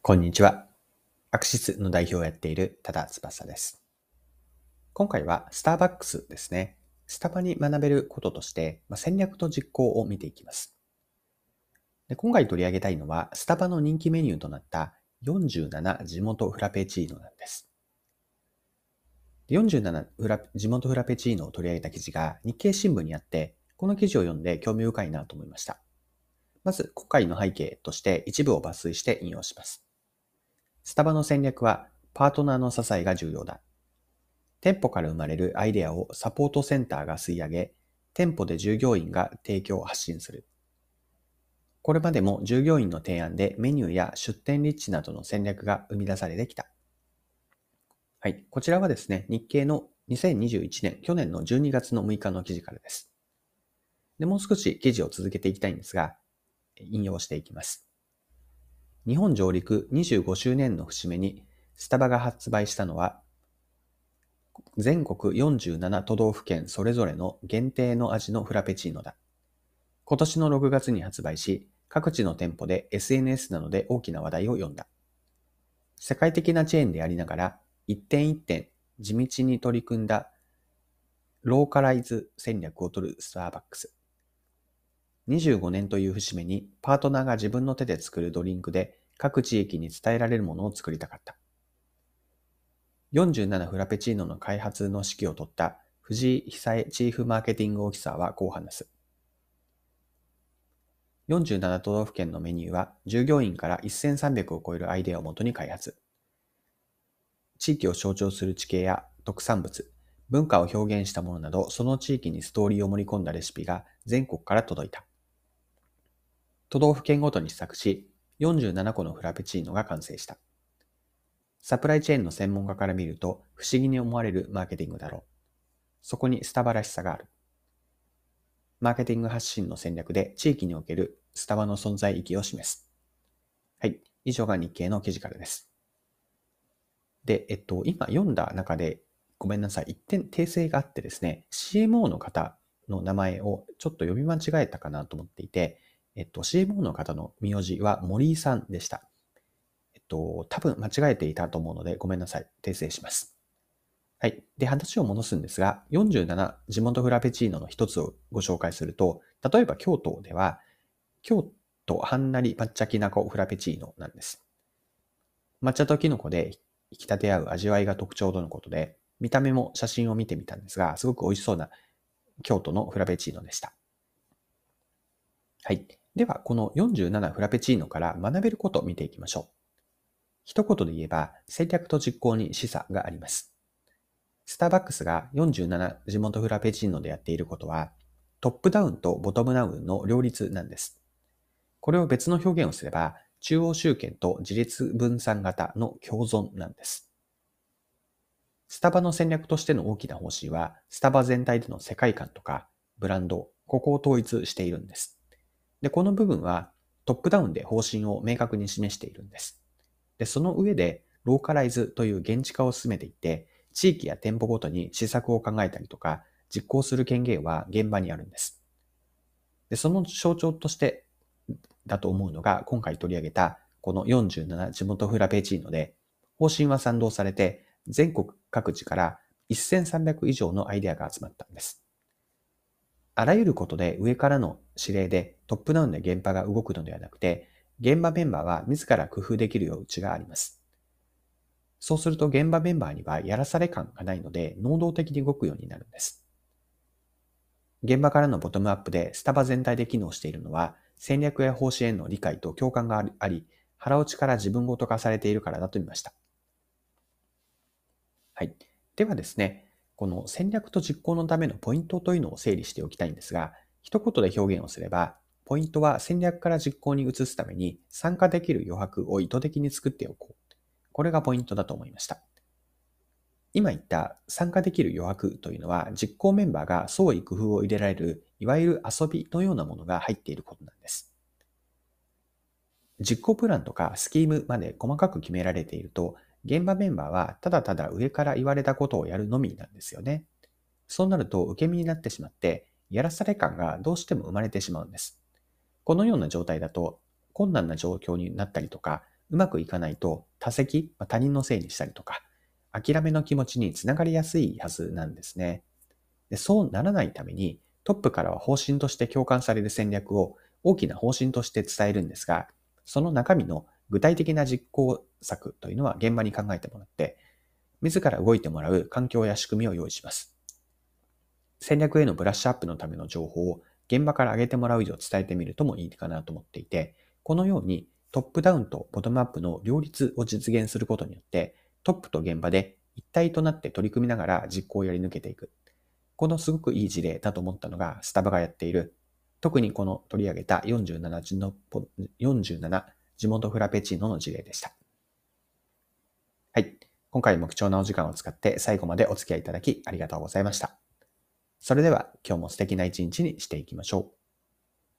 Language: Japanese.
こんにちは。アクシスの代表をやっている多田翼です。今回はスターバックスですね。スタバに学べることとして、戦略と実行を見ていきます。で、今回取り上げたいのは、スタバの人気メニューとなった47地元フラペチーノなんです。47地元フラペチーノを取り上げた記事が日経新聞にあって、この記事を読んで興味深いなと思いました。まず、今回の背景として一部を抜粋して引用します。スタバの戦略は、パートナーの支えが重要だ。店舗から生まれるアイデアをサポートセンターが吸い上げ、店舗で従業員が提供を発信する。これまでも従業員の提案でメニューや出店立地などの戦略が生み出されてきた。はい。こちらはですね、日経の2021年、去年の12月の6日の記事からです。で、もう少し記事を続けていきたいんですが、引用していきます。日本上陸25周年の節目に、スタバが発売したのは、全国47都道府県それぞれの限定の味のフラペチーノだ。今年の6月に発売し、各地の店舗で SNS などで大きな話題を呼んだ。世界的なチェーンでありながら、一点一点地道に取り組んだローカライズ戦略を取るスターバックス。25年という節目にパートナーが自分の手で作るドリンクで各地域に伝えられるものを作りたかった。47フラペチーノの開発の指揮を取った藤井久江チーフマーケティングオフィサーはこう話す。47都道府県のメニューは従業員から1300を超えるアイデアをもとに開発。地域を象徴する地形や特産物、文化を表現したものなど、その地域にストーリーを盛り込んだレシピが全国から届いた。都道府県ごとに試作し、47個のフラペチーノが完成した。サプライチェーンの専門家から見ると不思議に思われるマーケティングだろう。そこにスタバらしさがある。マーケティング発信の戦略で地域におけるスタバの存在意義を示す。はい。以上が日経の記事からです。で、今読んだ中でごめんなさい。一点訂正があってですね、CMO の方の名前をちょっと読み間違えたかなと思っていて、CMO の方の名字は森井さんでした。多分間違えていたと思うのでごめんなさい。訂正します。はい。で、話を戻すんですが、47地元フラペチーノの一つをご紹介すると、例えば京都では、京都はんなり抹茶きなこフラペチーノなんです。抹茶ときのこで引き立て合う味わいが特徴とのことで、見た目も写真を見てみたんですが、すごく美味しそうな京都のフラペチーノでした。はい。では、この47フラペチーノから学べることを見ていきましょう。一言で言えば、戦略と実行に示唆があります。スターバックスが47地元フラペチーノでやっていることは、トップダウンとボトムダウンの両立なんです。これを別の表現をすれば、中央集権と自立分散型の共存なんです。スタバの戦略としての大きな方針は、スタバ全体での世界観とか、ブランド、ここを統一しているんです。で、この部分はトップダウンで方針を明確に示しているんです。で、その上で、ローカライズという現地化を進めていって、地域や店舗ごとに施策を考えたりとか、実行する権限は現場にあるんです。で、その象徴としてだと思うのが、今回取り上げたこの47地元フラペチーノで、方針は賛同されて、全国各地から1300以上のアイデアが集まったんです。あらゆることで上からの指令でトップダウンで現場が動くのではなくて、現場メンバーは自ら工夫できる余地があります。そうすると現場メンバーにはやらされ感がないので、能動的に動くようになるんです。現場からのボトムアップでスタバ全体で機能しているのは、戦略や方針への理解と共感があり、腹落ちから自分ごと化されているからだと見ました。はい。ではですね、この戦略と実行のためのポイントというのを整理しておきたいんですが、一言で表現をすれば、ポイントは戦略から実行に移すために参加できる余白を意図的に作っておこう。これがポイントだと思いました。今言った参加できる余白というのは実行メンバーが創意工夫を入れられるいわゆる遊びのようなものが入っていることなんです。実行プランとかスキームまで細かく決められていると、現場メンバーはただただ上から言われたことをやるのみなんですよね。そうなると受け身になってしまって、やらされ感がどうしても生まれてしまうんです。このような状態だと、困難な状況になったりとか、 うまくいかないと他責、他人のせいにしたりとか、諦めの気持ちにつながりやすいはずなんですね。で、そうならないために、トップからは方針として共感される戦略を大きな方針として伝えるんですが、その中身の具体的な実行策というのは現場に考えてもらって、自ら動いてもらう環境や仕組みを用意します。戦略へのブラッシュアップのための情報を現場から上げてもらう以上伝えてみるともいいかなと思っていて、このようにトップダウンとボトムアップの両立を実現することによって、トップと現場で一体となって取り組みながら実行をやり抜けていく。このすごくいい事例だと思ったのがスタバがやっている、特にこの取り上げた47地元フラペチーノの事例でした。はい。今回も貴重なお時間を使って最後までお付き合いいただきありがとうございました。それでは今日も素敵な一日にしていきましょう。